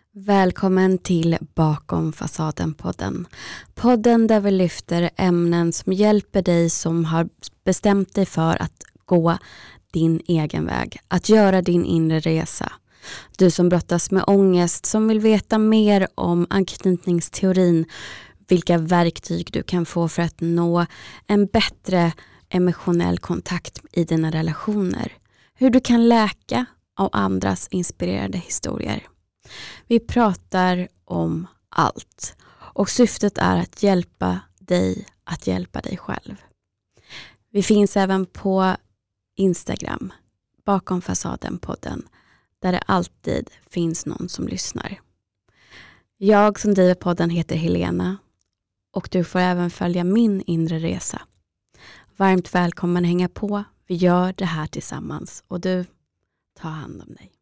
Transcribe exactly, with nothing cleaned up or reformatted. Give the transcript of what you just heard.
Välkommen till Bakom fasaden-podden. Podden där vi lyfter ämnen som hjälper dig som har bestämt dig för att gå din egen väg. Att göra din inre resa. Du som brottas med ångest, som vill veta mer om anknytningsteorin. Vilka verktyg du kan få för att nå en bättre emotionell kontakt i dina relationer. Hur du kan läka av andras inspirerade historier. Vi pratar om allt och syftet är att hjälpa dig att hjälpa dig själv. Vi finns även på Instagram, Bakom fasaden-podden, där det alltid finns någon som lyssnar. Jag som driver podden heter Helena och du får även följa min inre resa. Varmt välkommen hänga på, vi gör det här tillsammans och du, ta hand om dig.